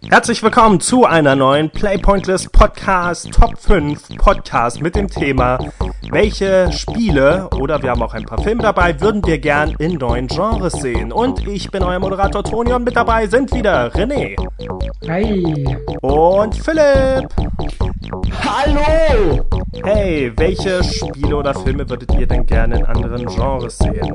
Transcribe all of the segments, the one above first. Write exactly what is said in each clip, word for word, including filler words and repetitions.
Herzlich willkommen zu einer neuen Playpointless Podcast Top fünf Podcast mit dem Thema: Welche Spiele, oder wir haben auch ein paar Filme dabei, würden wir gern in neuen Genres sehen? Und ich bin euer Moderator Toni und mit dabei sind wieder René. Hi. Und Philipp. Hallo. Hey, welche Spiele oder Filme würdet ihr denn gerne in anderen Genres sehen?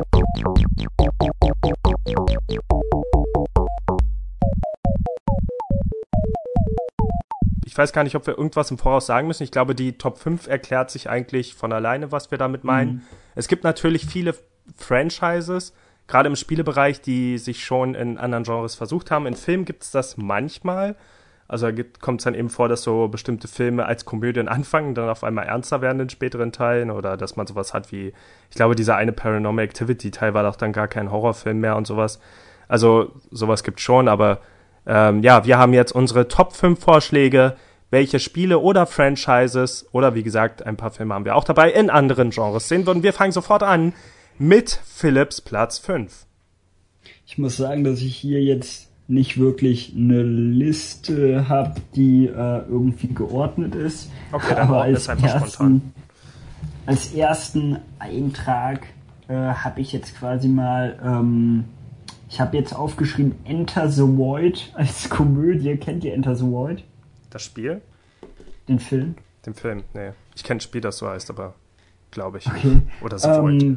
Ich weiß gar nicht, ob wir irgendwas im Voraus sagen müssen. Ich glaube, die Top fünf erklärt sich eigentlich von alleine, was wir damit meinen. Mhm. Es gibt natürlich viele Franchises, gerade im Spielebereich, die sich schon in anderen Genres versucht haben. In Filmen gibt es das manchmal. Also da kommt es dann eben vor, dass so bestimmte Filme als Komödien anfangen, dann auf einmal ernster werden in späteren Teilen. Oder dass man sowas hat wie, ich glaube, dieser eine Paranormal Activity-Teil war doch dann gar kein Horrorfilm mehr und sowas. Also sowas gibt es schon, aber Ähm, ja, wir haben jetzt unsere Top fünf Vorschläge, welche Spiele oder Franchises oder wie gesagt, ein paar Filme haben wir auch dabei, in anderen Genres sehen würden. Wir fangen sofort an mit Philipps Platz fünf. Ich muss sagen, dass ich hier jetzt nicht wirklich eine Liste habe, die äh, irgendwie geordnet ist. Okay, dann aber als als einfach ersten, spontan. Als ersten Eintrag äh, habe ich jetzt quasi mal... Ähm, Ich habe jetzt aufgeschrieben Enter the Void als Komödie. Kennt ihr Enter the Void? Das Spiel? Den Film? Den Film, nee. Ich kenne ein Spiel, das so heißt, aber glaube ich. Okay. Oder The Void. Ähm,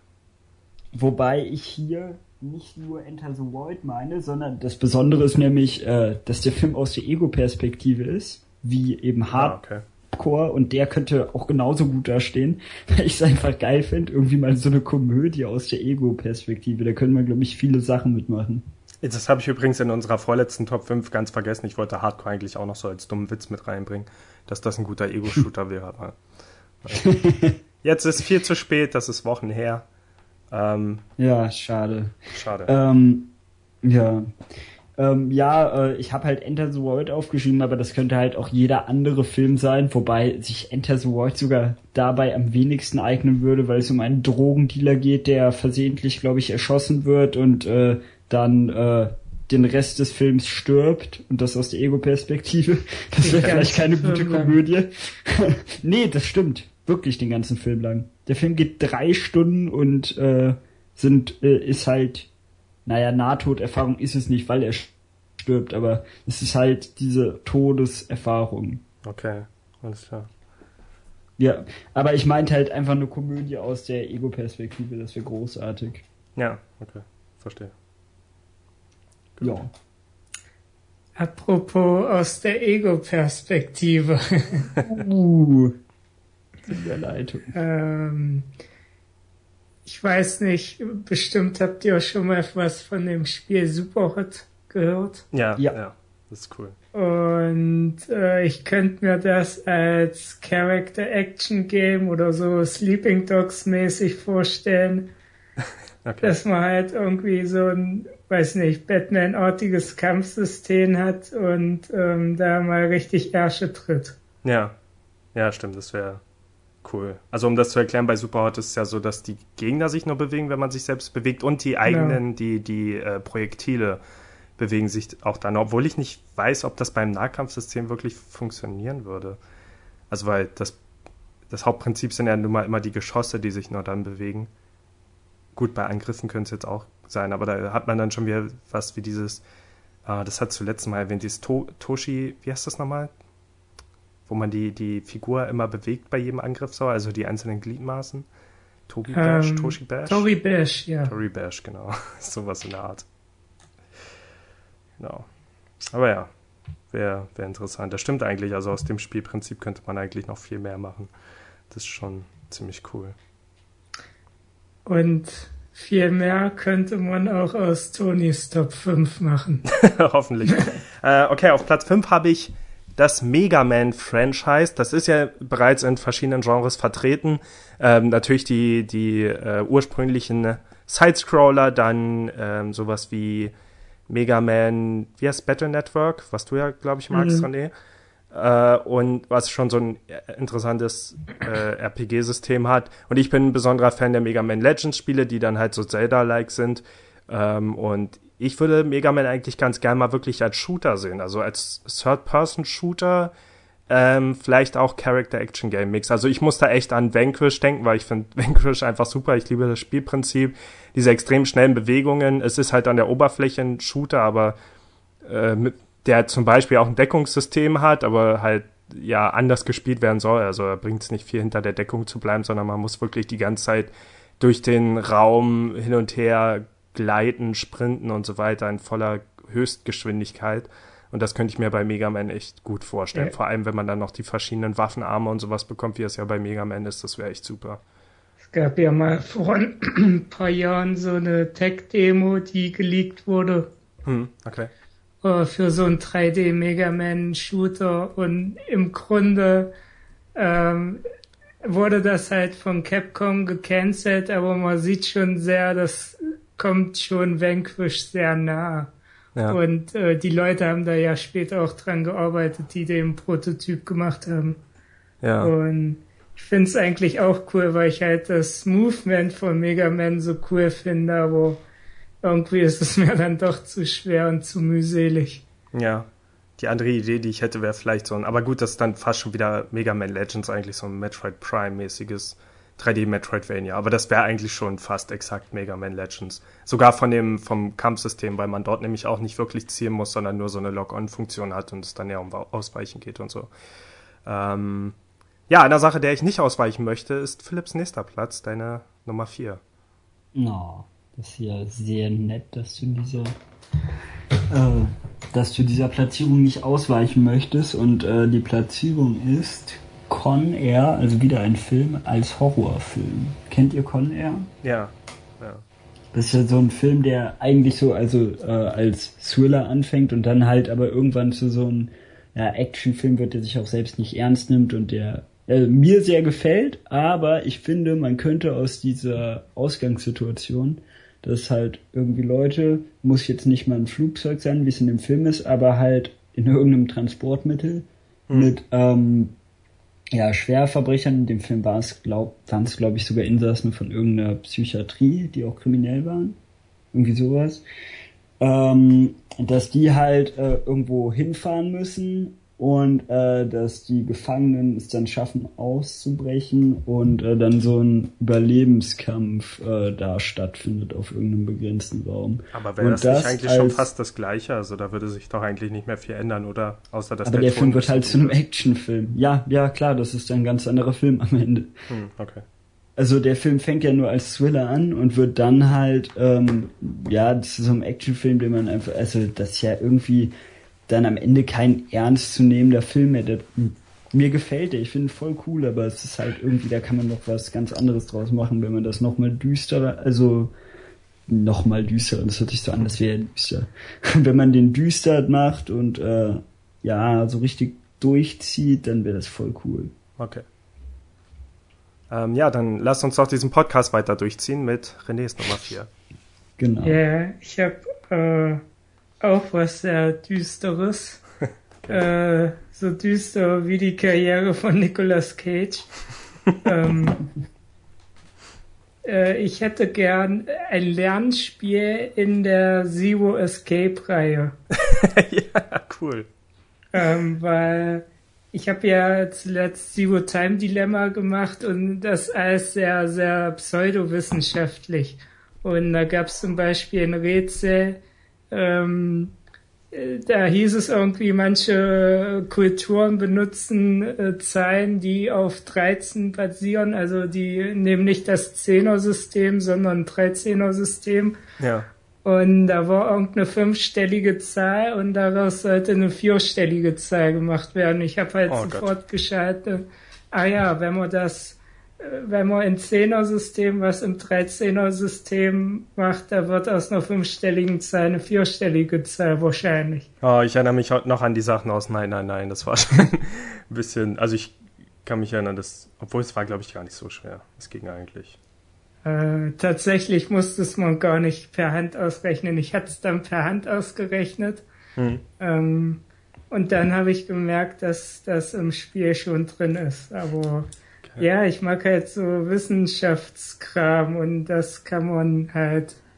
wobei ich hier nicht nur Enter the Void meine, sondern das Besondere ist nämlich, äh, dass der Film aus der Ego-Perspektive ist, wie eben Hard. Ah, okay. Und der könnte auch genauso gut dastehen, weil ich es einfach geil finde, irgendwie mal so eine Komödie aus der Ego-Perspektive. Da können wir, glaube ich, viele Sachen mitmachen. Das habe ich übrigens in unserer vorletzten Top fünf ganz vergessen. Ich wollte Hardcore eigentlich auch noch so als dummen Witz mit reinbringen, dass das ein guter Ego-Shooter wäre. Aber jetzt ist viel zu spät, das ist Wochen her. Ähm, ja, schade. Schade. Ähm, ja. Ähm, ja, äh, ich habe halt Enter the Void aufgeschrieben, aber das könnte halt auch jeder andere Film sein, wobei sich Enter the Void sogar dabei am wenigsten eignen würde, weil es um einen Drogendealer geht, der versehentlich, glaube ich, erschossen wird und äh, dann äh, den Rest des Films stirbt und das aus der Ego-Perspektive. Das wäre vielleicht keine gute Komödie. Nee, das stimmt. Wirklich den ganzen Film lang. Der Film geht drei Stunden und äh, sind äh, ist halt Naja, Nahtoderfahrung ist es nicht, weil er stirbt, aber es ist halt diese Todeserfahrung. Okay, alles klar. Ja, aber ich meinte halt einfach eine Komödie aus der Ego-Perspektive, das wäre großartig. Ja, okay, verstehe. Gut. Ja. Apropos aus der Ego-Perspektive. uh, Überleitung. ähm... Ich weiß nicht, bestimmt habt ihr auch schon mal was von dem Spiel Superhot gehört. Ja, ja, ja, das ist cool. Und äh, ich könnte mir das als Character-Action-Game oder so Sleeping Dogs-mäßig vorstellen, okay. Dass man halt irgendwie so ein, weiß nicht, Batman-artiges Kampfsystem hat und ähm, da mal richtig Ärsche tritt. Ja, ja, stimmt, das wäre cool. Also um das zu erklären, bei Superhot ist es ja so, dass die Gegner sich nur bewegen, wenn man sich selbst bewegt und die eigenen, ja. die, die äh, Projektile bewegen sich auch dann, obwohl ich nicht weiß, ob das beim Nahkampfsystem wirklich funktionieren würde. Also weil das, das Hauptprinzip sind ja nun mal immer die Geschosse, die sich nur dann bewegen. Gut, bei Angriffen könnte es jetzt auch sein, aber da hat man dann schon wieder was wie dieses, äh, das hat zuletzt mal erwähnt, dieses to- Toshi, wie heißt das nochmal? Wo man die, die Figur immer bewegt bei jedem Angriff so, also die einzelnen Gliedmaßen. Tobi Bash, ähm, Toshi Bash? Tori Bash, ja. Tori Bash, genau. Sowas in der Art. Genau. Aber ja, wäre wär interessant. Das stimmt eigentlich, also aus dem Spielprinzip könnte man eigentlich noch viel mehr machen. Das ist schon ziemlich cool. Und viel mehr könnte man auch aus Tonys Top fünf machen. Hoffentlich. äh, okay, auf Platz fünf habe ich das Mega Man-Franchise. Das ist ja bereits in verschiedenen Genres vertreten. Ähm, natürlich die, die äh, ursprünglichen Sidescroller, dann ähm, sowas wie Mega Man, wie heißt Battle Network, was du ja, glaube ich, magst, mhm. René. Äh, und was schon so ein interessantes äh, R P G-System hat. Und ich bin ein besonderer Fan der Mega Man Legends-Spiele, die dann halt so Zelda-like sind. Ähm, und ich würde Mega Man eigentlich ganz gern mal wirklich als Shooter sehen, also als Third-Person-Shooter, ähm, vielleicht auch Character-Action-Game-Mix. Also ich muss da echt an Vanquish denken, weil ich finde Vanquish einfach super, ich liebe das Spielprinzip, diese extrem schnellen Bewegungen, es ist halt an der Oberfläche ein Shooter, aber äh, mit, der zum Beispiel auch ein Deckungssystem hat, aber halt ja anders gespielt werden soll, also da bringt es nicht viel hinter der Deckung zu bleiben, sondern man muss wirklich die ganze Zeit durch den Raum hin und her gleiten, sprinten und so weiter in voller Höchstgeschwindigkeit. Und das könnte ich mir bei Mega Man echt gut vorstellen. Ja. Vor allem, wenn man dann noch die verschiedenen Waffenarme und sowas bekommt, wie es ja bei Mega Man ist, das wäre echt super. Es gab ja mal vor ein paar Jahren so eine Tech-Demo, die geleakt wurde. Hm, okay. Für so einen drei D Mega Man Shooter. Und im Grunde ähm, wurde das halt von Capcom gecancelt, aber man sieht schon sehr, das kommt schon Vanquish sehr nah. Ja. Und äh, die Leute haben da ja später auch dran gearbeitet, die den Prototyp gemacht haben. Ja. Und ich finde es eigentlich auch cool, weil ich halt das Movement von Mega Man so cool finde, aber irgendwie ist es mir dann doch zu schwer und zu mühselig. Ja. Die andere Idee, die ich hätte, wäre vielleicht so ein, aber gut, das ist dann fast schon wieder Mega Man Legends, eigentlich so ein Metroid Prime-mäßiges drei D Metroidvania, aber das wäre eigentlich schon fast exakt Mega Man Legends. Sogar von dem, vom Kampfsystem, weil man dort nämlich auch nicht wirklich zielen muss, sondern nur so eine Lock-on-Funktion hat und es dann ja um Ausweichen geht und so. Ähm, ja, eine Sache, der ich nicht ausweichen möchte, ist Philipps nächster Platz, deine Nummer vier. No, das ist ja sehr nett, dass du dieser äh, dass du dieser Platzierung nicht ausweichen möchtest und äh, die Platzierung ist Con Air, also wieder ein Film als Horrorfilm. Kennt ihr Con Air? Ja, ja. Das ist ja so ein Film, der eigentlich so also äh, als Thriller anfängt und dann halt aber irgendwann zu so einem ja, Actionfilm wird, der sich auch selbst nicht ernst nimmt und der äh, mir sehr gefällt, aber ich finde, man könnte aus dieser Ausgangssituation, dass halt irgendwie Leute, muss jetzt nicht mal ein Flugzeug sein, wie es in dem Film ist, aber halt in irgendeinem Transportmittel hm. mit ähm, ja, Schwerverbrechern, in dem Film war es, glaub, waren es, glaube ich, sogar Insassen von irgendeiner Psychiatrie, die auch kriminell waren. Irgendwie sowas. Ähm, dass die halt äh, irgendwo hinfahren müssen und äh, dass die Gefangenen es dann schaffen auszubrechen und äh, dann so ein Überlebenskampf äh, da stattfindet auf irgendeinem begrenzten Raum. Aber wäre das, das nicht eigentlich als, schon fast das Gleiche? Also da würde sich doch eigentlich nicht mehr viel ändern, oder? Außer dass aber der, der Film wird halt zu einem Actionfilm. Ja, ja, klar, das ist ein ganz anderer Film am Ende. Hm, okay. Also der Film fängt ja nur als Thriller an und wird dann halt, ähm, ja, das ist so ein Actionfilm, den man einfach, also das ist ja irgendwie dann am Ende kein ernstzunehmender Film mehr. Der, mir gefällt der, ich finde ihn voll cool, aber es ist halt irgendwie, da kann man noch was ganz anderes draus machen, wenn man das nochmal düsterer, also nochmal düsterer, das hört sich so an, das wäre düster. Wenn man den düster macht und äh, ja, so richtig durchzieht, dann wäre das voll cool. Okay. Ähm, ja, dann lasst uns doch diesen Podcast weiter durchziehen mit Renés Nummer vier. Genau. Ja, yeah, ich habe äh, auch was sehr Düsteres. Okay. Äh, so düster wie die Karriere von Nicolas Cage. ähm, äh, ich hätte gern ein Lernspiel in der Zero Escape-Reihe. Ja, cool. Ähm, weil ich habe ja zuletzt Zero Time Dilemma gemacht und das alles sehr, sehr pseudowissenschaftlich. Und da gab es zum Beispiel ein Rätsel, ähm, da hieß es irgendwie, manche Kulturen benutzen äh, Zahlen, die auf dreizehn basieren, also die nehmen nicht das Zehner-System, sondern ein Dreizehner-System. Ja. Und da war irgendeine fünfstellige Zahl und daraus sollte eine vierstellige Zahl gemacht werden. Ich habe halt oh sofort Gott. geschaltet, ah ja, wenn man das wenn man ein Zehner-System was im Dreizehner-System macht, da wird aus einer fünfstelligen Zahl eine vierstellige Zahl wahrscheinlich. Oh, ich erinnere mich noch an die Sachen aus Nein, Nein, Nein. Das war schon ein bisschen, also ich kann mich erinnern, dass, obwohl es war, glaube ich, gar nicht so schwer. Es ging eigentlich. Äh, tatsächlich musste es man gar nicht per Hand ausrechnen. Ich hatte es dann per Hand ausgerechnet. Hm. Ähm, und dann habe ich gemerkt, dass das im Spiel schon drin ist. Aber ja, ich mag halt so Wissenschaftskram und das kann man halt, äh,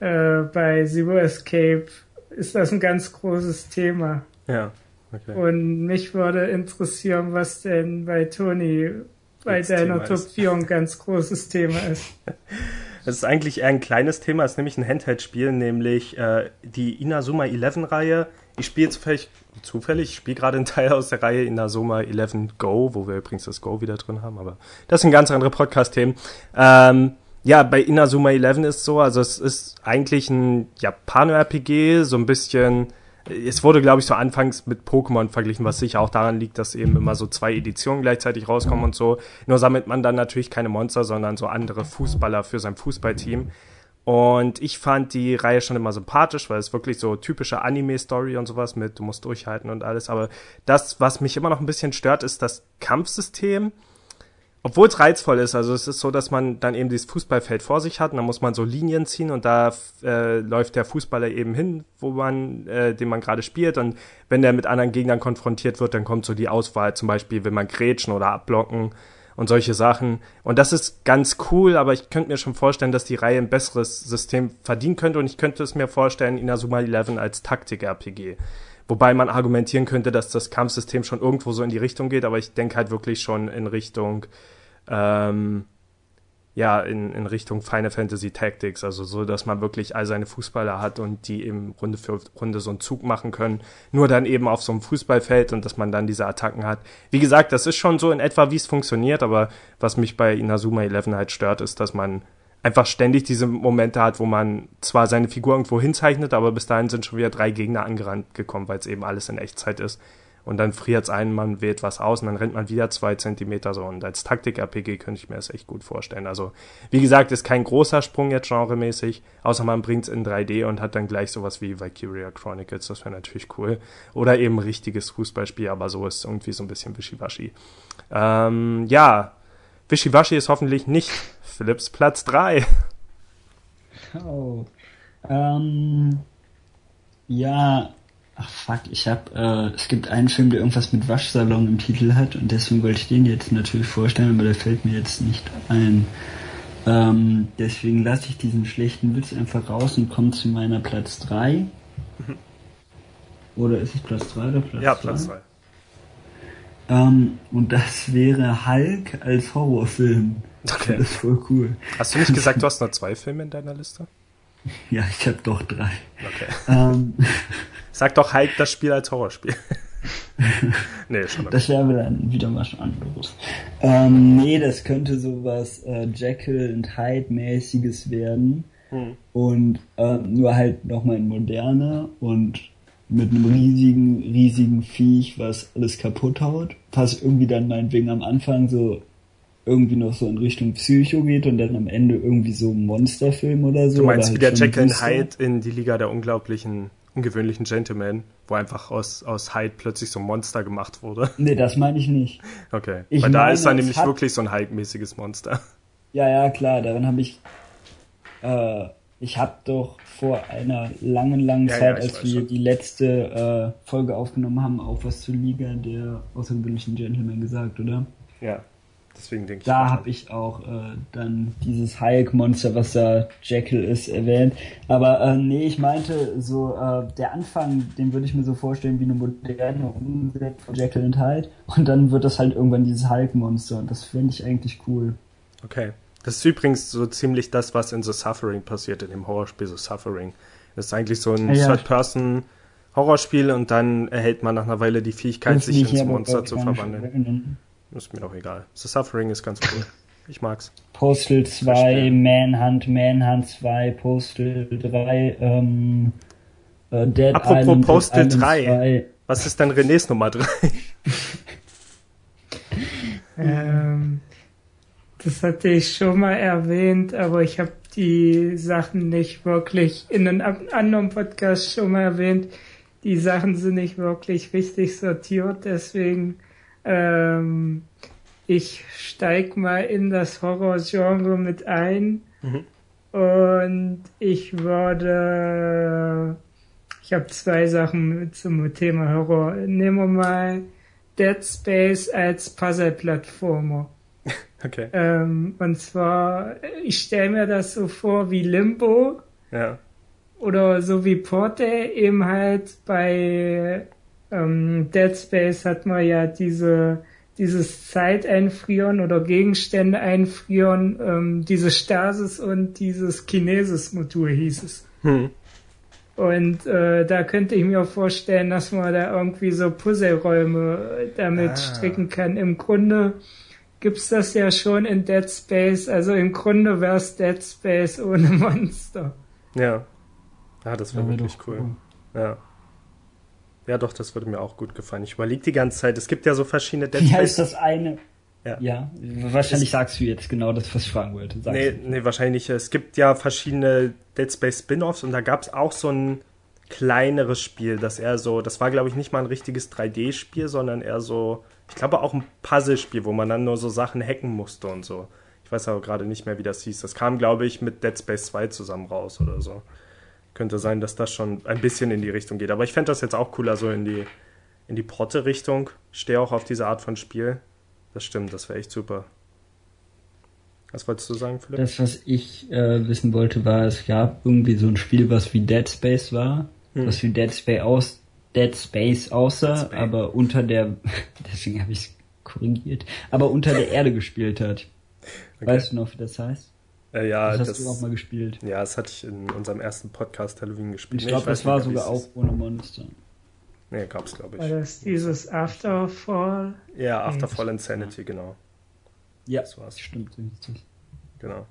äh, bei Zero Escape ist das ein ganz großes Thema. Ja, okay. Und mich würde interessieren, was denn bei Toni bei das deiner Thema Top ist. vier ein ganz großes Thema ist. Es ist eigentlich eher ein kleines Thema, es ist nämlich ein Handheld-Spiel, nämlich äh, die Inazuma Eleven-Reihe. Ich spiele zufällig, zufällig, ich spiele gerade einen Teil aus der Reihe Inazuma Eleven Go, wo wir übrigens das Go wieder drin haben, aber das sind ganz andere Podcast-Themen. Ähm, ja, bei Inazuma Eleven ist es so, also es ist eigentlich ein Japaner-R P G, so ein bisschen. Es wurde, glaube ich, so anfangs mit Pokémon verglichen, was sicher auch daran liegt, dass eben immer so zwei Editionen gleichzeitig rauskommen und so. Nur sammelt man dann natürlich keine Monster, sondern so andere Fußballer für sein Fußballteam. Und ich fand die Reihe schon immer sympathisch, weil es wirklich so typische Anime-Story und sowas mit, du musst durchhalten und alles. Aber das, was mich immer noch ein bisschen stört, ist das Kampfsystem. Obwohl es reizvoll ist, also es ist so, dass man dann eben dieses Fußballfeld vor sich hat und dann muss man so Linien ziehen und da äh, läuft der Fußballer eben hin, wo man, äh, den man gerade spielt, und wenn der mit anderen Gegnern konfrontiert wird, dann kommt so die Auswahl, zum Beispiel will man grätschen oder abblocken und solche Sachen, und das ist ganz cool, aber ich könnte mir schon vorstellen, dass die Reihe ein besseres System verdienen könnte, und ich könnte es mir vorstellen, Inazuma Eleven als Taktik-R P G. Wobei man argumentieren könnte, dass das Kampfsystem schon irgendwo so in die Richtung geht, aber ich denke halt wirklich schon in Richtung Ähm, ja, in, in Richtung Final Fantasy Tactics, also so, dass man wirklich all seine Fußballer hat und die eben Runde für Runde so einen Zug machen können, nur dann eben auf so einem Fußballfeld, und dass man dann diese Attacken hat. Wie gesagt, das ist schon so in etwa, wie es funktioniert, aber was mich bei Inazuma Eleven halt stört, ist, dass man einfach ständig diese Momente hat, wo man zwar seine Figur irgendwo hinzeichnet, aber bis dahin sind schon wieder drei Gegner angerannt gekommen, weil es eben alles in Echtzeit ist. Und dann friert's ein, man wählt was aus und dann rennt man wieder zwei Zentimeter so. Und als Taktik-R P G könnte ich mir das echt gut vorstellen. Also, wie gesagt, ist kein großer Sprung jetzt genremäßig, außer man bringt's in drei D und hat dann gleich sowas wie Valkyria Chronicles, das wäre natürlich cool. Oder eben ein richtiges Fußballspiel, aber so ist irgendwie so ein bisschen Wischiwaschi. Ähm, ja, Wischiwaschi ist hoffentlich nicht Philipps Platz drei. Oh, ähm, ja... Ach fuck, ich hab, äh, es gibt einen Film, der irgendwas mit Waschsalon im Titel hat, und deswegen wollte ich den jetzt natürlich vorstellen, aber der fällt mir jetzt nicht ein. Ähm, deswegen lasse ich diesen schlechten Witz einfach raus und komme zu meiner Platz drei. Mhm. Oder ist es Platz drei oder Platz zwei? Ja, Platz drei. Ähm, und das wäre Hulk als Horrorfilm. Okay. Das ist voll cool. Hast du nicht gesagt, du hast nur zwei Filme in deiner Liste? Ja, ich habe doch drei. Okay. Ähm, Sag doch Hulk das Spiel als Horrorspiel. Nee, schon. Das wäre dann wieder was anderes. Ähm, nee, das könnte sowas äh, Jekyll und Hyde mäßiges werden. Hm. Und äh, nur halt nochmal in moderne und mit einem riesigen, riesigen Viech, was alles kaputt haut. Was irgendwie dann meinetwegen am Anfang so irgendwie noch so in Richtung Psycho geht und dann am Ende irgendwie so ein Monsterfilm oder so. Du meinst halt wie der Jekyll und Booster. Hyde in die Liga der unglaublichen, ungewöhnlichen Gentlemen, wo einfach aus, aus Hyde plötzlich so ein Monster gemacht wurde? Nee, das meine ich nicht. Okay, ich weil da meine, ist dann nämlich hat... wirklich so ein Hyde-mäßiges Monster. Ja, ja, klar, daran habe ich äh, ich habe doch vor einer langen, langen ja, Zeit, ja, als wir schon. die letzte äh, Folge aufgenommen haben, auch was zur Liga der außergewöhnlichen Gentlemen gesagt, oder? Ja, deswegen denke ich. Da habe ich auch äh, dann dieses Hulk-Monster, was da Jekyll ist, erwähnt. Aber äh, nee, ich meinte so, äh, der Anfang, den würde ich mir so vorstellen wie eine moderne Umsetzung von Jekyll und Hyde. Und dann wird das halt irgendwann dieses Hulk-Monster. Und das fände ich eigentlich cool. Okay. Das ist übrigens so ziemlich das, was in The Suffering passiert, in dem Horrorspiel The Suffering. Das ist eigentlich so ein ja. Third-Person-Horrorspiel und dann erhält man nach einer Weile die Fähigkeit, sich ins Monster zu verwandeln. Erinnern. Ist mir doch egal. The Suffering ist ganz cool. Ich mag's. Postal zwei, Manhunt, Manhunt zwei, Postal drei, ähm, äh, Dead Apropos Island, Postal Dead drei. zwei. Was ist denn Renés Nummer drei? ähm, das hatte ich schon mal erwähnt, aber ich habe die Sachen nicht wirklich in einem anderen Podcast schon mal erwähnt. Die Sachen sind nicht wirklich richtig sortiert, deswegen ähm, ich steig mal in das Horror-Genre mit ein mhm. und ich würde, ich habe zwei Sachen zum Thema Horror. Nehmen wir mal Dead Space als Puzzle-Plattformer. Okay. Ähm, und zwar, ich stelle mir das so vor wie Limbo. Ja. oder so wie Porte eben halt bei ähm, Dead Space hat man ja diese dieses Zeiteinfrieren oder Gegenstände einfrieren, ähm, diese Stasis und dieses Kinesis-Modul hieß es. Hm. Und äh, da könnte ich mir auch vorstellen, dass man da irgendwie so Puzzleräume damit ah. stricken kann. Im Grunde gibt's das ja schon in Dead Space, also im Grunde wäre es Dead Space ohne Monster. Ja. Ja, das wäre ja, wirklich cool. cool. Ja. Ja, doch, das würde mir auch gut gefallen. Ich überlege die ganze Zeit, es gibt ja so verschiedene Dead Space. Ja, ist das eine. Ja, ja wahrscheinlich es, sagst du jetzt genau das, was ich fragen wollte. Sag's nee, nee, wahrscheinlich. Es gibt ja verschiedene Dead Space Spin-Offs und da gab es auch so ein kleineres Spiel, das eher so, das war glaube ich nicht mal ein richtiges drei D-Spiel, sondern eher so, ich glaube auch ein Puzzlespiel, wo man dann nur so Sachen hacken musste und so. Ich weiß aber gerade nicht mehr, wie das hieß. Das kam, glaube ich, mit Dead Space zwei zusammen raus oder so. Könnte sein, dass das schon ein bisschen in die Richtung geht. Aber ich fände das jetzt auch cooler, so in die, in die Porte-Richtung. Ich stehe auch auf diese Art von Spiel. Das stimmt, das wäre echt super. Was wolltest du sagen, Philipp? Das, was ich äh, wissen wollte, war, es gab irgendwie so ein Spiel, was wie Dead Space war. Hm. Was wie Dead Space, aus, Dead Space aussah, Dead Space. Aber unter der, deswegen habe ich es korrigiert, aber unter der Erde gespielt hat. Okay. Weißt du noch, wie das heißt? Äh, ja, das hast das, du auch mal gespielt. Ja, das hatte ich in unserem ersten Podcast Halloween gespielt. Ich glaube, nee, das war sogar auch ohne Monster. Nee, gab's, glaube ich. War das dieses Afterfall? Ja, Afterfall Insanity, ja. Genau. Ja, das war's. Stimmt. Genau.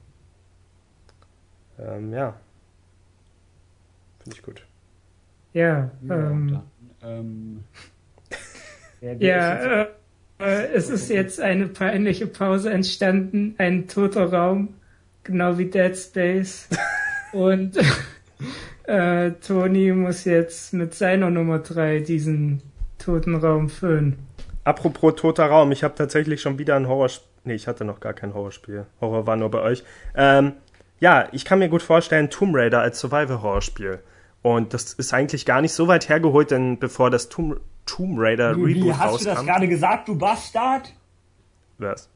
Ähm, ja. Finde ich gut. Ja, ja, ähm, ähm, ja äh, äh, es ist jetzt eine peinliche Pause entstanden, ein toter Raum. Genau wie Dead Space. Und äh, Toni muss jetzt mit seiner Nummer drei diesen toten Raum füllen. Apropos toter Raum, ich habe tatsächlich schon wieder ein Horrorspiel. Nee, ich hatte noch gar kein Horrorspiel. Horror war nur bei euch. Ähm, ja, ich kann mir gut vorstellen, Tomb Raider als Survival-Horrorspiel. Und das ist eigentlich gar nicht so weit hergeholt, denn bevor das Tomb, Tomb Raider wie, Reboot wie, hast rauskam... Hast du das gerade gesagt, du Bastard? Was?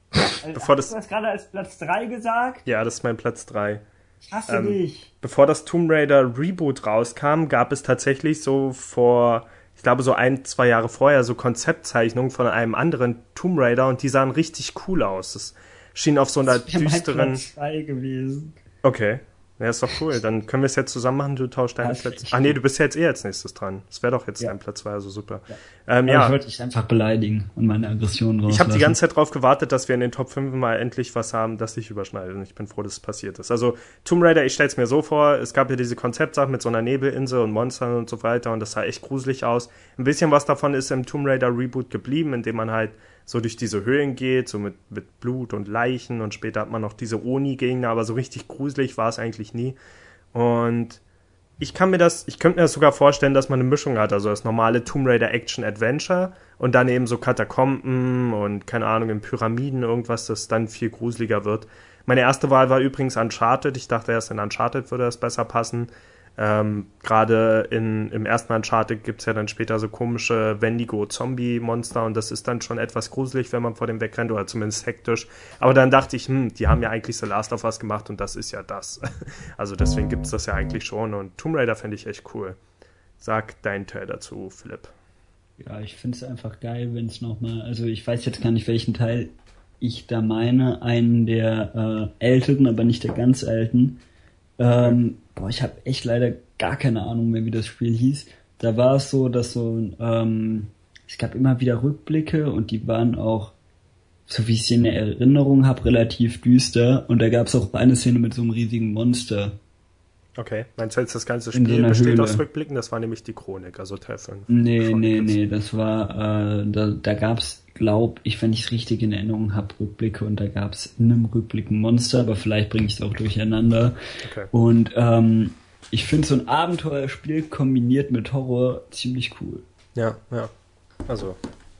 Bevor Hast das, du das gerade als Platz drei gesagt? Ja, das ist mein Platz drei. Ich hasse ähm, dich. Bevor das Tomb Raider Reboot rauskam, gab es tatsächlich so vor, ich glaube so ein, zwei Jahre vorher, so Konzeptzeichnungen von einem anderen Tomb Raider und die sahen richtig cool aus. Das schien auf so einer das düsteren... mein Platz zwei gewesen. Okay. Ja, ist doch cool. Dann können wir es jetzt zusammen machen. Du tauschst deinen Platz. Ach nee, du bist ja jetzt eh als nächstes dran. Das wäre doch jetzt ja. dein Platz zwei, also super. Ja. Ähm, ja. Ich wollte dich einfach beleidigen und meine Aggression rauslassen. Ich habe die ganze Zeit drauf gewartet, dass wir in den Top fünf mal endlich was haben, das sich überschneidet. Und ich bin froh, dass es passiert ist. Also Tomb Raider, ich stell's mir so vor, es gab ja diese Konzeptsache mit so einer Nebelinsel und Monstern und so weiter und das sah echt gruselig aus. Ein bisschen was davon ist im Tomb Raider Reboot geblieben, indem man halt so durch diese Höhlen geht, so mit, mit Blut und Leichen und später hat man noch diese Oni-Gegner, aber so richtig gruselig war es eigentlich nie. Und ich kann mir das, ich könnte mir das sogar vorstellen, dass man eine Mischung hat, also das normale Tomb Raider Action Adventure und dann eben so Katakomben und keine Ahnung, in Pyramiden irgendwas, das dann viel gruseliger wird. Meine erste Wahl war übrigens Uncharted, ich dachte erst in Uncharted würde das besser passen. Ähm, gerade in, im ersten Uncharted gibt's ja dann später so komische Wendigo-Zombie-Monster und das ist dann schon etwas gruselig, wenn man vor dem wegrennt oder zumindest hektisch. Aber dann dachte ich, hm, die haben ja eigentlich The Last of Us gemacht und das ist ja das. Also deswegen gibt's das ja eigentlich schon und Tomb Raider fände ich echt cool. Sag deinen Teil dazu, Philipp. Ja, ich finde es einfach geil, wenn es nochmal, also ich weiß jetzt gar nicht, welchen Teil ich da meine, einen der äh, älteren, aber nicht der ganz alten. Ähm, boah, ich habe echt leider gar keine Ahnung mehr, wie das Spiel hieß. Da war es so, dass so, ähm, es gab immer wieder Rückblicke und die waren auch, so wie ich sie in der Erinnerung habe, relativ düster. Und da gab es auch eine Szene mit so einem riesigen Monster. Okay, meinst du jetzt das ganze Spiel so besteht Höhle. Aus Rückblicken? Das war nämlich die Chronik, also Teil fünf. Nee, Chronik nee, nee, das war, äh, da, da gab's, glaub ich, wenn ich es richtig in Erinnerung habe, Rückblicke und da gab's in einem Rückblick ein Monster, aber vielleicht bringe ich es auch durcheinander. Okay. Und ähm, ich finde so ein Abenteuerspiel kombiniert mit Horror ziemlich cool. Ja, ja. Also,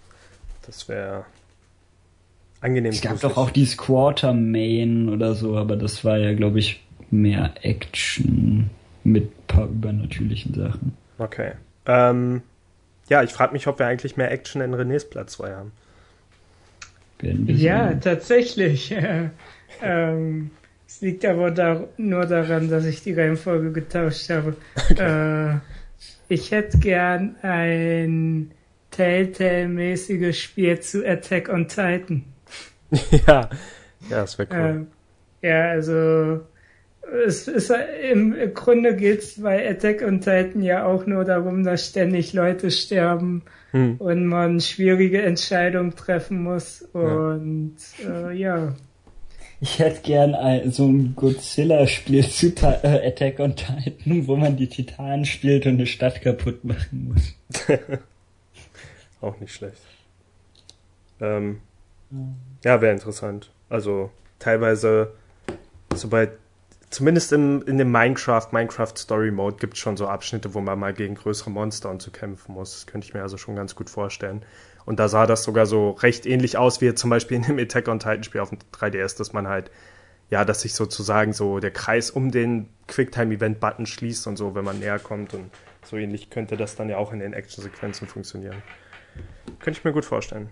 das wäre angenehm. Es gab doch auch dieses Quartermain oder so, aber das war ja, glaube ich, mehr Action mit ein paar übernatürlichen Sachen. Okay. Ähm, ja, ich frage mich, ob wir eigentlich mehr Action in Renés Platz zwei haben. Ja, tatsächlich. ähm, Es liegt aber da, nur daran, dass ich die Reihenfolge getauscht habe. Okay. Äh, ich hätte gern ein Telltale-mäßiges Spiel zu Attack on Titan. ja, ja, das wäre cool. Äh, ja, also es ist im Grunde geht's bei Attack on Titan ja auch nur darum, dass ständig Leute sterben hm. und man schwierige Entscheidungen treffen muss und ja. Äh, ja. Ich hätte gern ein, so ein Godzilla-Spiel zu äh, Attack on Titan, wo man die Titanen spielt und eine Stadt kaputt machen muss. Auch nicht schlecht. Ähm, ja, wäre interessant. Also teilweise, so bei, zumindest im, in dem Minecraft, Minecraft Story Mode gibt es schon so Abschnitte, wo man mal gegen größere Monster und so kämpfen muss. Das könnte ich mir also schon ganz gut vorstellen. Und da sah das sogar so recht ähnlich aus, wie zum Beispiel in dem Attack on Titan Spiel auf dem drei D S, dass man halt, ja, dass sich sozusagen so der Kreis um den Quicktime-Event-Button schließt und so, wenn man näher kommt. Und so ähnlich könnte das dann ja auch in den Action-Sequenzen funktionieren. Könnte ich mir gut vorstellen.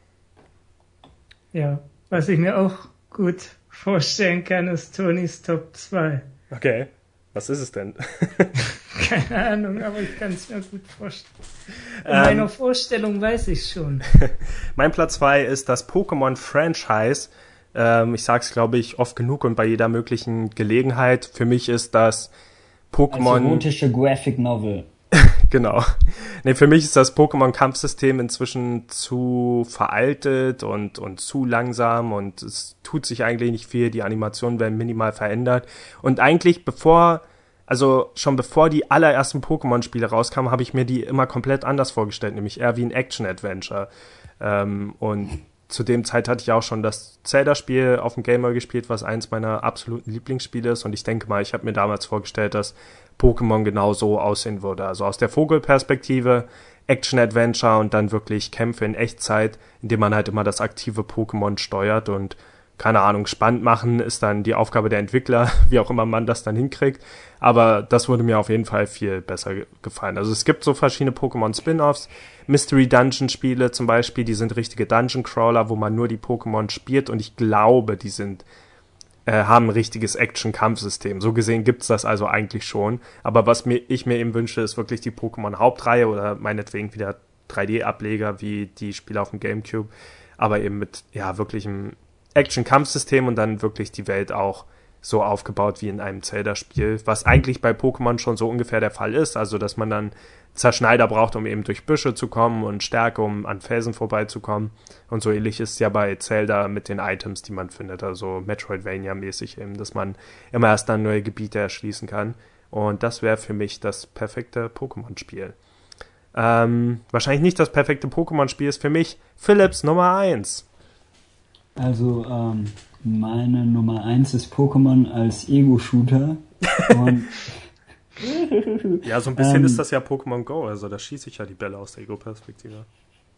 Ja, was ich mir auch gut vorstellen kann, ist Tonys Top zwei. Okay, was ist es denn? Keine Ahnung, aber ich kann es mir gut vorstellen. In ähm, meiner Vorstellung weiß ich schon. Mein Platz zwei ist das Pokémon-Franchise. Ähm, ich sag's, glaube ich, oft genug und bei jeder möglichen Gelegenheit. Für mich ist das Pokémon... Als erotische Graphic Novel. Genau. Nee, für mich ist das Pokémon-Kampfsystem inzwischen zu veraltet und, und zu langsam und es tut sich eigentlich nicht viel. Die Animationen werden minimal verändert. Und eigentlich bevor, also schon bevor die allerersten Pokémon-Spiele rauskamen, habe ich mir die immer komplett anders vorgestellt, nämlich eher wie ein Action-Adventure. Ähm, und zu dem Zeit hatte ich auch schon das Zelda-Spiel auf dem Game Boy gespielt, was eins meiner absoluten Lieblingsspiele ist. Und ich denke mal, ich habe mir damals vorgestellt, dass Pokémon genau so aussehen würde. Also aus der Vogelperspektive, Action-Adventure und dann wirklich Kämpfe in Echtzeit, indem man halt immer das aktive Pokémon steuert und keine Ahnung, spannend machen ist dann die Aufgabe der Entwickler, wie auch immer man das dann hinkriegt. Aber das würde mir auf jeden Fall viel besser gefallen. Also es gibt so verschiedene Pokémon-Spin-Offs, Mystery-Dungeon-Spiele zum Beispiel, die sind richtige Dungeon-Crawler, wo man nur die Pokémon spielt und ich glaube, die sind äh, haben ein richtiges Action-Kampfsystem. So gesehen gibt's das also eigentlich schon. Aber was mir ich mir eben wünsche, ist wirklich die Pokémon-Hauptreihe oder meinetwegen wieder drei D-Ableger wie die Spiele auf dem GameCube, aber eben mit ja wirklichem Action-Kampfsystem und dann wirklich die Welt auch so aufgebaut wie in einem Zelda-Spiel, was eigentlich bei Pokémon schon so ungefähr der Fall ist, also dass man dann Zerschneider braucht, um eben durch Büsche zu kommen und Stärke, um an Felsen vorbeizukommen und so ähnlich ist es ja bei Zelda mit den Items, die man findet, also Metroidvania-mäßig eben, dass man immer erst dann neue Gebiete erschließen kann und das wäre für mich das perfekte Pokémon-Spiel. Ähm, wahrscheinlich nicht das perfekte Pokémon-Spiel ist für mich Philips Nummer eins. Also, ähm, meine Nummer eins ist Pokémon als Ego-Shooter. Und ja, so ein bisschen ähm, ist das ja Pokémon Go, also da schieße ich ja die Bälle aus der Ego-Perspektive.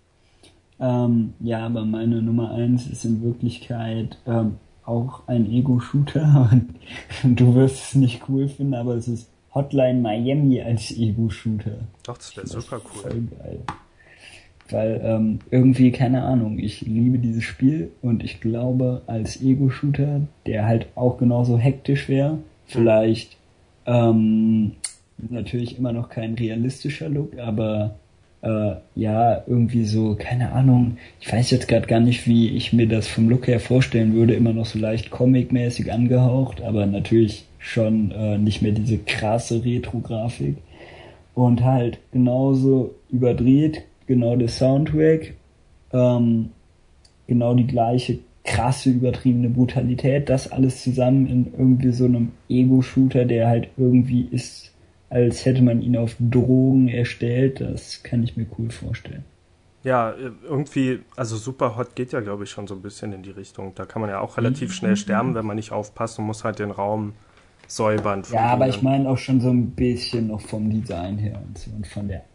Ähm, ja, aber meine Nummer eins ist in Wirklichkeit ähm, auch ein Ego-Shooter. Und du wirst es nicht cool finden, aber es ist Hotline Miami als Ego-Shooter. Doch, das wäre super cool. Voll geil. Weil ähm, irgendwie, keine Ahnung, ich liebe dieses Spiel und ich glaube, als Ego-Shooter, der halt auch genauso hektisch wäre, vielleicht ähm, natürlich immer noch kein realistischer Look, aber äh, ja, irgendwie so, keine Ahnung, ich weiß jetzt gerade gar nicht, wie ich mir das vom Look her vorstellen würde, immer noch so leicht comic-mäßig angehaucht, aber natürlich schon äh, nicht mehr diese krasse Retro-Grafik und halt genauso überdreht, genau der Soundtrack, ähm, genau die gleiche krasse, übertriebene Brutalität, das alles zusammen in irgendwie so einem Ego-Shooter, der halt irgendwie ist, als hätte man ihn auf Drogen erstellt, das kann ich mir cool vorstellen. Ja, irgendwie, also Superhot geht ja, glaube ich, schon so ein bisschen in die Richtung. Da kann man ja auch relativ schnell sterben, wenn man nicht aufpasst und muss halt den Raum säubern. Ja, aber ich meine auch schon so ein bisschen noch vom Design her und so und von der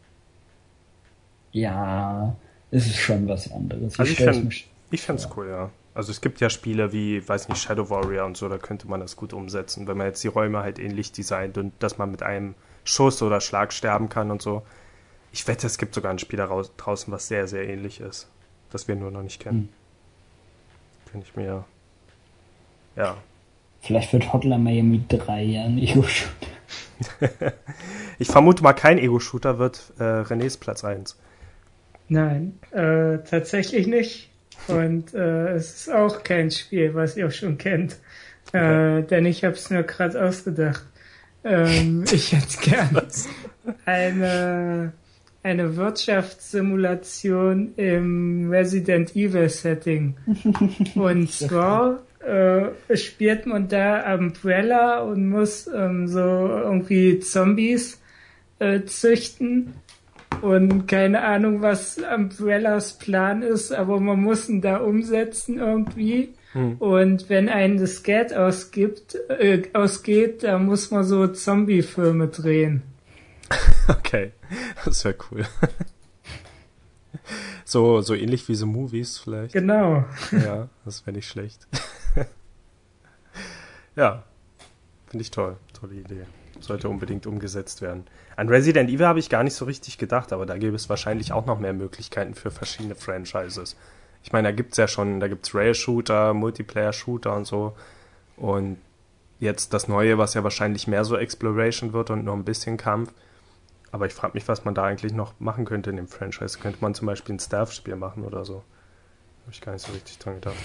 Ja, es ist schon was anderes. Also ich, ich fände ich fände es cool, ja. Also es gibt ja Spiele wie, weiß nicht, Shadow Warrior und so, da könnte man das gut umsetzen, wenn man jetzt die Räume halt ähnlich designt und dass man mit einem Schuss oder Schlag sterben kann und so. Ich wette, es gibt sogar ein Spiel da raus, draußen, was sehr, sehr ähnlich ist, das wir nur noch nicht kennen. Hm. Kann ich mir, ja. Vielleicht wird Hotline Miami drei ja ein Ego-Shooter. Ich vermute mal, kein Ego-Shooter wird äh, Renés Platz eins. Nein, äh, tatsächlich nicht. Und äh, es ist auch kein Spiel, was ihr auch schon kennt. Okay. Äh, denn ich habe es mir gerade ausgedacht. Ähm, ich hätte gern eine, eine Wirtschaftssimulation im Resident Evil Setting. Und zwar äh, spielt man da Umbrella und muss ähm, so irgendwie Zombies äh, züchten. Und keine Ahnung, was Umbrellas Plan ist, aber man muss ihn da umsetzen irgendwie. Hm. Und wenn einem das Geld ausgibt, äh, ausgeht, da muss man so Zombie-Filme drehen. Okay, das wäre cool. So, so ähnlich wie so Movies vielleicht. Genau. Ja, das wäre nicht schlecht. Ja, finde ich toll. Tolle Idee. Sollte unbedingt umgesetzt werden. An Resident Evil habe ich gar nicht so richtig gedacht, aber da gäbe es wahrscheinlich auch noch mehr Möglichkeiten für verschiedene Franchises. Ich meine, da gibt's ja schon, da gibt's Rail-Shooter, Multiplayer-Shooter und so. Und jetzt das Neue, was ja wahrscheinlich mehr so Exploration wird und nur ein bisschen Kampf. Aber ich frage mich, was man da eigentlich noch machen könnte in dem Franchise. Könnte man zum Beispiel ein Stealth-Spiel machen oder so? Habe ich gar nicht so richtig dran gedacht.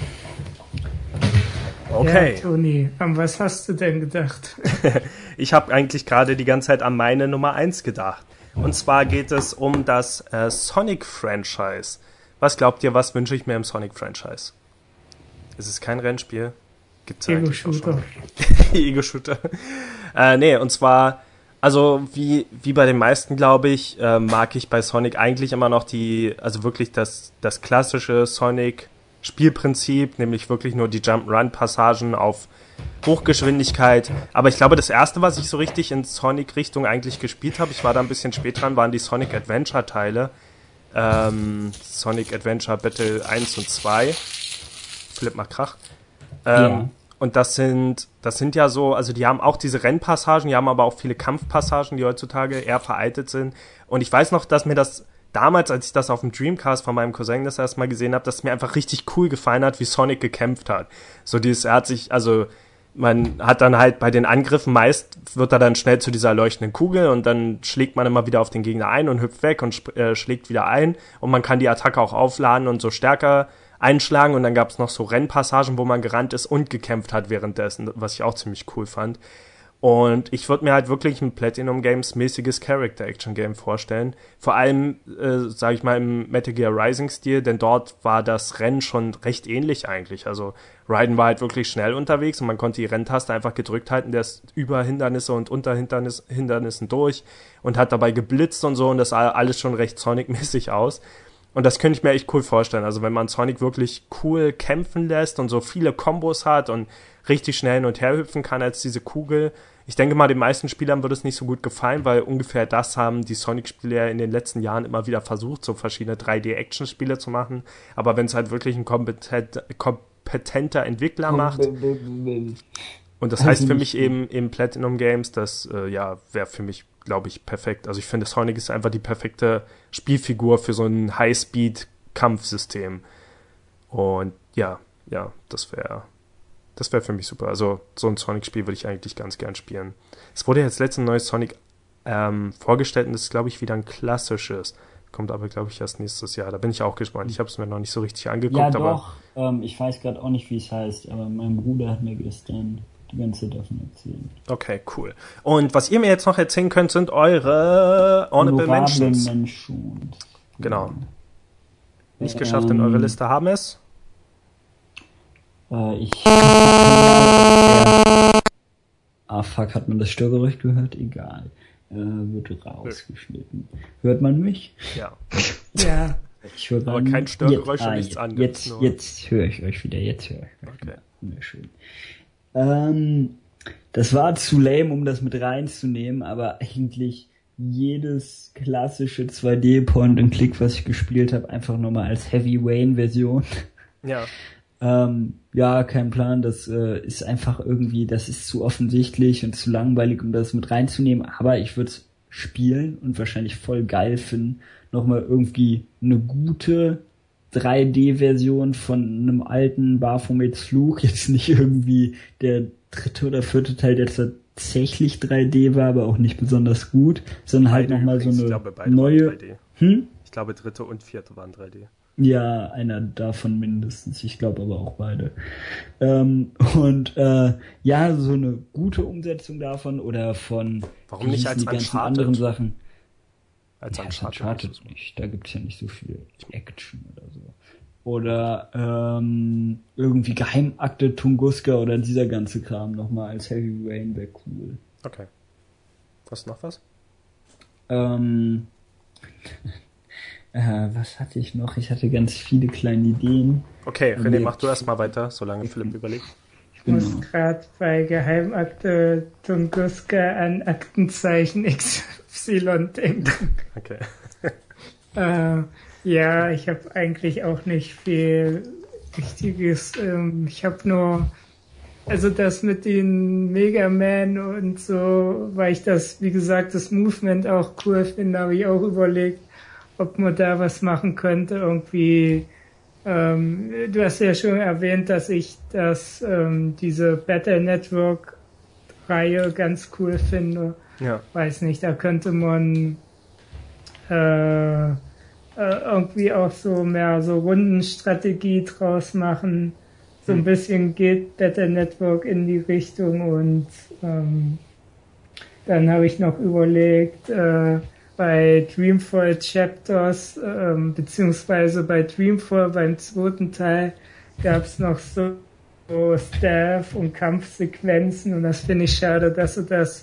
Okay. Ja, Toni, an was hast du denn gedacht? Ich habe eigentlich gerade die ganze Zeit an meine Nummer eins gedacht. Und zwar geht es um das äh, Sonic-Franchise. Was glaubt ihr, was wünsche ich mir im Sonic-Franchise? Ist es kein Rennspiel? Gibt's ja Ego-Shooter. Ego-Shooter. äh, nee, und zwar, also wie wie bei den meisten, glaube ich, äh, mag ich bei Sonic eigentlich immer noch die, also wirklich das, das klassische Sonic Spielprinzip, nämlich wirklich nur die Jump-Run-Passagen auf Hochgeschwindigkeit. Aber ich glaube, das erste, was ich so richtig in Sonic-Richtung eigentlich gespielt habe, ich war da ein bisschen spät dran, waren die Sonic Adventure-Teile. Ähm, Sonic Adventure Battle eins und zwei. Philipp macht Krach. Ähm, ja. Und das sind, das sind ja so, also die haben auch diese Rennpassagen, die haben aber auch viele Kampfpassagen, die heutzutage eher veraltet sind. Und ich weiß noch, dass mir das damals, als ich das auf dem Dreamcast von meinem Cousin das erste Mal gesehen habe, dass es mir einfach richtig cool gefallen hat, wie Sonic gekämpft hat. So dieses, er hat sich, also man hat dann halt bei den Angriffen meist, wird er dann schnell zu dieser leuchtenden Kugel und dann schlägt man immer wieder auf den Gegner ein und hüpft weg und sp- äh, schlägt wieder ein und man kann die Attacke auch aufladen und so stärker einschlagen und dann gab es noch so Rennpassagen, wo man gerannt ist und gekämpft hat währenddessen, was ich auch ziemlich cool fand. Und ich würde mir halt wirklich ein Platinum Games mäßiges Character-Action-Game vorstellen. Vor allem, äh, sage ich mal, im Metal Gear Rising-Stil, denn dort war das Rennen schon recht ähnlich eigentlich. Also Raiden war halt wirklich schnell unterwegs und man konnte die Renntaste einfach gedrückt halten, der ist über Hindernisse und unter Hindernis, Hindernissen durch und hat dabei geblitzt und so und das sah alles schon recht Sonic-mäßig aus. Und das könnte ich mir echt cool vorstellen. Also wenn man Sonic wirklich cool kämpfen lässt und so viele Kombos hat und richtig schnell hin und her hüpfen kann als diese Kugel. Ich denke mal, den meisten Spielern würde es nicht so gut gefallen, weil ungefähr das haben die Sonic-Spiele ja in den letzten Jahren immer wieder versucht, so verschiedene drei D-Action-Spiele zu machen. Aber wenn es halt wirklich ein kompetent, kompetenter Entwickler macht, und das heißt für mich eben eben Platinum Games, das äh, ja wäre für mich, glaube ich, perfekt. Also ich finde, Sonic ist einfach die perfekte Spielfigur für so ein High-Speed-Kampfsystem. Und ja, ja, das wäre das wäre für mich super. Also so ein Sonic-Spiel würde ich eigentlich ganz gern spielen. Es wurde jetzt letztens ein neues Sonic ähm, vorgestellt und das ist, glaube ich, wieder ein klassisches. Kommt aber, glaube ich, erst nächstes Jahr. Da bin ich auch gespannt. Ich habe es mir noch nicht so richtig angeguckt. Ja, aber doch. Ähm, ich weiß gerade auch nicht, wie es heißt, aber mein Bruder hat mir gestern die ganze Zeit davon erzählt. Okay, cool. Und was ihr mir jetzt noch erzählen könnt, sind eure Honorable Mentions. Mentions. Genau. Nicht geschafft in eure Liste haben es? Äh, ich... Ah, fuck, hat man das Störgeräusch gehört? Egal. Äh, wird rausgeschnitten. Hört man mich? Ja. Ja. Ich höre aber kein Störgeräusch und nichts ah, anderes. Jetzt, nur. jetzt höre ich euch wieder, jetzt höre ich euch okay. wieder. Wunderschön. Ähm, das war zu lame, um das mit reinzunehmen, aber eigentlich jedes klassische zwei D Point-and-Click, was ich gespielt habe, einfach nochmal als Heavy Rain-Version. Ja. Ähm, ja, kein Plan, das äh, ist einfach irgendwie, das ist zu offensichtlich und zu langweilig, um das mit reinzunehmen, aber ich würde es spielen und wahrscheinlich voll geil finden, nochmal irgendwie eine gute drei D-Version von einem alten Baphomets Fluch, jetzt nicht irgendwie der dritte oder vierte Teil, der tatsächlich drei D war, aber auch nicht besonders gut, sondern halt nochmal so eine ich glaube, neue... drei D. Hm? Ich glaube, dritte und vierte waren drei D. Ja, einer davon mindestens. Ich glaube aber auch beide. Ähm, und äh, ja, so eine gute Umsetzung davon oder von Warum nicht als die ganzen Uncharted? anderen Sachen. Als ja, Uncharted, Uncharted nicht. Da gibt's ja nicht so viel Action oder so. Oder ähm, irgendwie Geheimakte Tunguska oder dieser ganze Kram nochmal als Heavy Rain wäre cool. Okay. Was noch was? Ähm... Äh, was hatte ich noch? Ich hatte ganz viele kleine Ideen. Okay, René, mach du erstmal weiter, solange Philipp überlegt. Ich genau. muss gerade bei Geheimakte Tunguska an Aktenzeichen X Y denken. Okay. äh, ja, ich habe eigentlich auch nicht viel Wichtiges. Ähm, ich habe nur, also das mit den Mega Man und so, weil ich das, wie gesagt, das Movement auch cool finde, habe ich auch überlegt, ob man da was machen könnte, irgendwie, ähm, du hast ja schon erwähnt, dass ich das, ähm, diese Battle Network Reihe ganz cool finde. Ja. Weiß nicht, da könnte man, äh, äh, irgendwie auch so mehr so Rundenstrategie draus machen. So ein hm. bisschen geht Battle Network in die Richtung und, ähm, dann habe ich noch überlegt, äh, bei Dreamfall Chapters, ähm, beziehungsweise bei Dreamfall beim zweiten Teil gab es noch so, so Stealth- und Kampfsequenzen und das finde ich schade, dass sie das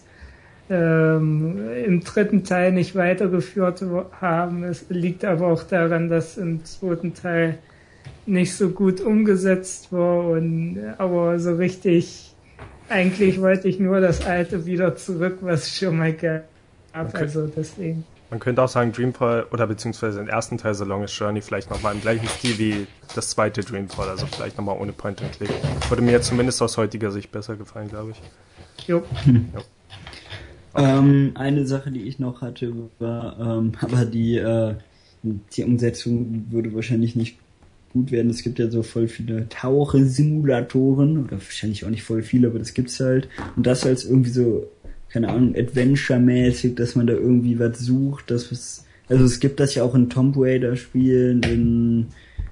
ähm, im dritten Teil nicht weitergeführt haben. Es liegt aber auch daran, dass im zweiten Teil nicht so gut umgesetzt war und aber so richtig, eigentlich wollte ich nur das alte wieder zurück, was schon mal gab. Okay. Also deswegen. Man könnte auch sagen, Dreamfall oder beziehungsweise den ersten Teil The Longest Journey vielleicht nochmal im gleichen Stil wie das zweite Dreamfall, also vielleicht nochmal ohne Point-and-Click. Würde mir zumindest aus heutiger Sicht besser gefallen, glaube ich. Jo. Hm. jo. Okay. Ähm, eine Sache, die ich noch hatte, war, ähm, aber die, äh, die Umsetzung würde wahrscheinlich nicht gut werden. Es gibt ja so voll viele Tauche-Simulatoren oder wahrscheinlich auch nicht voll viele, aber das gibt's halt. Und das als irgendwie so keine Ahnung, Adventure-mäßig, dass man da irgendwie was sucht, dass es, also es gibt das ja auch in Tomb Raider-Spielen, in,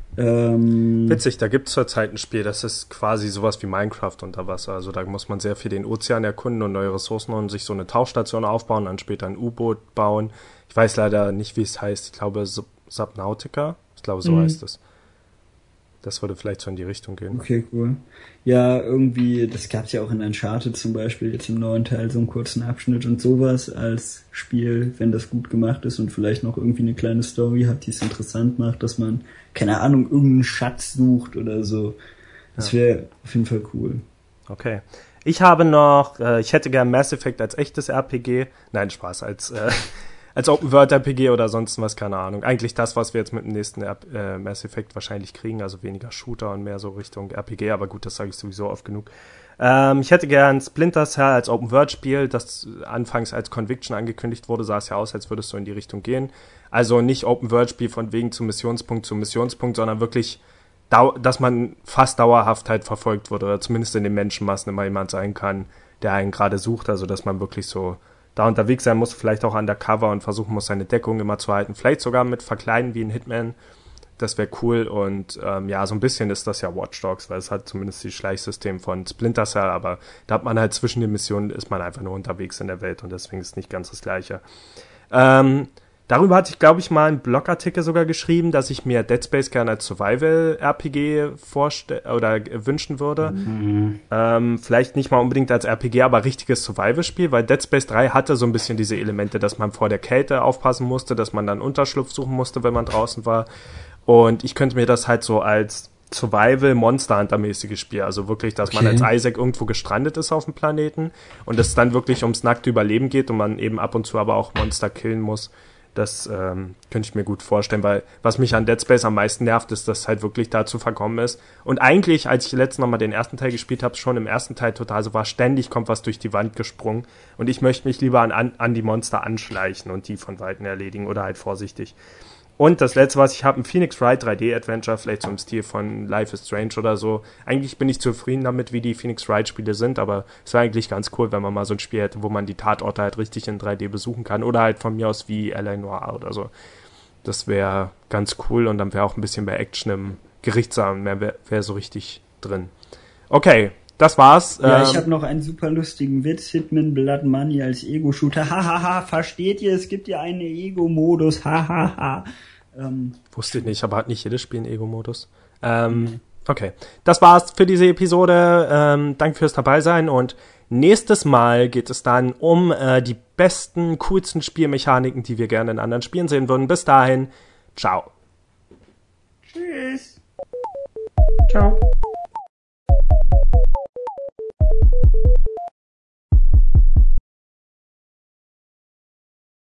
ähm... Witzig, da gibt es zurzeit ein Spiel, das ist quasi sowas wie Minecraft unter Wasser, also da muss man sehr viel den Ozean erkunden und neue Ressourcen und sich so eine Tauchstation aufbauen, dann später ein U-Boot bauen. Ich weiß leider nicht, wie es heißt, ich glaube Sub- Subnautica, ich glaube so mhm. heißt es. Das würde vielleicht so in die Richtung gehen. Okay, cool. Ja, irgendwie, das gab's ja auch in Uncharted zum Beispiel, jetzt im neuen Teil so einen kurzen Abschnitt und sowas als Spiel, wenn das gut gemacht ist und vielleicht noch irgendwie eine kleine Story hat, die es interessant macht, dass man, keine Ahnung, irgendeinen Schatz sucht oder so. Das ja. wäre auf jeden Fall cool. Okay. Ich habe noch, äh, ich hätte gern Mass Effect als echtes R P G. Nein, Spaß, als äh, als Open-World-R P G oder sonst was, keine Ahnung. Eigentlich das, was wir jetzt mit dem nächsten äh, Mass Effect wahrscheinlich kriegen, also weniger Shooter und mehr so Richtung R P G, aber gut, das sage ich sowieso oft genug. Ähm, ich hätte gern Splinter Cell als Open-World-Spiel, das anfangs als Conviction angekündigt wurde, sah es ja aus, als würde es so in die Richtung gehen. Also nicht Open-World-Spiel von wegen zu Missionspunkt zu Missionspunkt, sondern wirklich, dau- dass man fast dauerhaft halt verfolgt wird oder zumindest in den Menschenmassen immer jemand sein kann, der einen gerade sucht, also dass man wirklich so da unterwegs sein muss, vielleicht auch undercover und versuchen muss, seine Deckung immer zu halten. Vielleicht sogar mit Verkleiden wie ein Hitman. Das wäre cool. Und ähm, ja, so ein bisschen ist das ja Watch Dogs, weil es hat zumindest das Schleichsystem von Splinter Cell, aber da hat man halt zwischen den Missionen, ist man einfach nur unterwegs in der Welt und deswegen ist es nicht ganz das Gleiche. Ähm, darüber hatte ich, glaube ich, mal einen Blogartikel sogar geschrieben, dass ich mir Dead Space gerne als Survival-R P G vorstellen oder wünschen würde. Mhm. Ähm, vielleicht nicht mal unbedingt als R P G, aber richtiges Survival-Spiel, weil Dead Space drei hatte so ein bisschen diese Elemente, dass man vor der Kälte aufpassen musste, dass man dann Unterschlupf suchen musste, wenn man draußen war. Und ich könnte mir das halt so als Survival-Monster-Hunter-mäßiges Spiel, also wirklich, dass okay. man als Isaac irgendwo gestrandet ist auf dem Planeten und es dann wirklich ums nackte Überleben geht und man eben ab und zu aber auch Monster killen muss. Das ähm, könnte ich mir gut vorstellen, weil was mich an Dead Space am meisten nervt, ist, dass es halt wirklich dazu verkommen ist. Und eigentlich, als ich letztens nochmal den ersten Teil gespielt habe, schon im ersten Teil total so war, ständig kommt was durch die Wand gesprungen. Und ich möchte mich lieber an, an, an die Monster anschleichen und die von Weitem erledigen oder halt vorsichtig. Und das letzte, was ich habe, ein Phoenix Wright drei D-Adventure, vielleicht so im Stil von Life is Strange oder so. Eigentlich bin ich zufrieden damit, wie die Phoenix Wright-Spiele sind, aber es wäre eigentlich ganz cool, wenn man mal so ein Spiel hätte, wo man die Tatorte halt richtig in drei D besuchen kann. Oder halt von mir aus wie L A Noire oder so. Das wäre ganz cool und dann wäre auch ein bisschen mehr Action im Gerichtssaal, mehr wäre wär so richtig drin. Okay, das war's. Ja, ähm, ich habe noch einen super lustigen Witz. Hitman Blood Money als Ego-Shooter. Hahaha, versteht ihr? Es gibt ja einen Ego-Modus. Hahaha. ähm, Wusste ich nicht, aber hat nicht jedes Spiel einen Ego-Modus. Ähm, mhm. Okay, das war's für diese Episode. Ähm, danke fürs dabei sein und nächstes Mal geht es dann um äh, die besten, coolsten Spielmechaniken, die wir gerne in anderen Spielen sehen würden. Bis dahin, ciao. Tschüss. Ciao.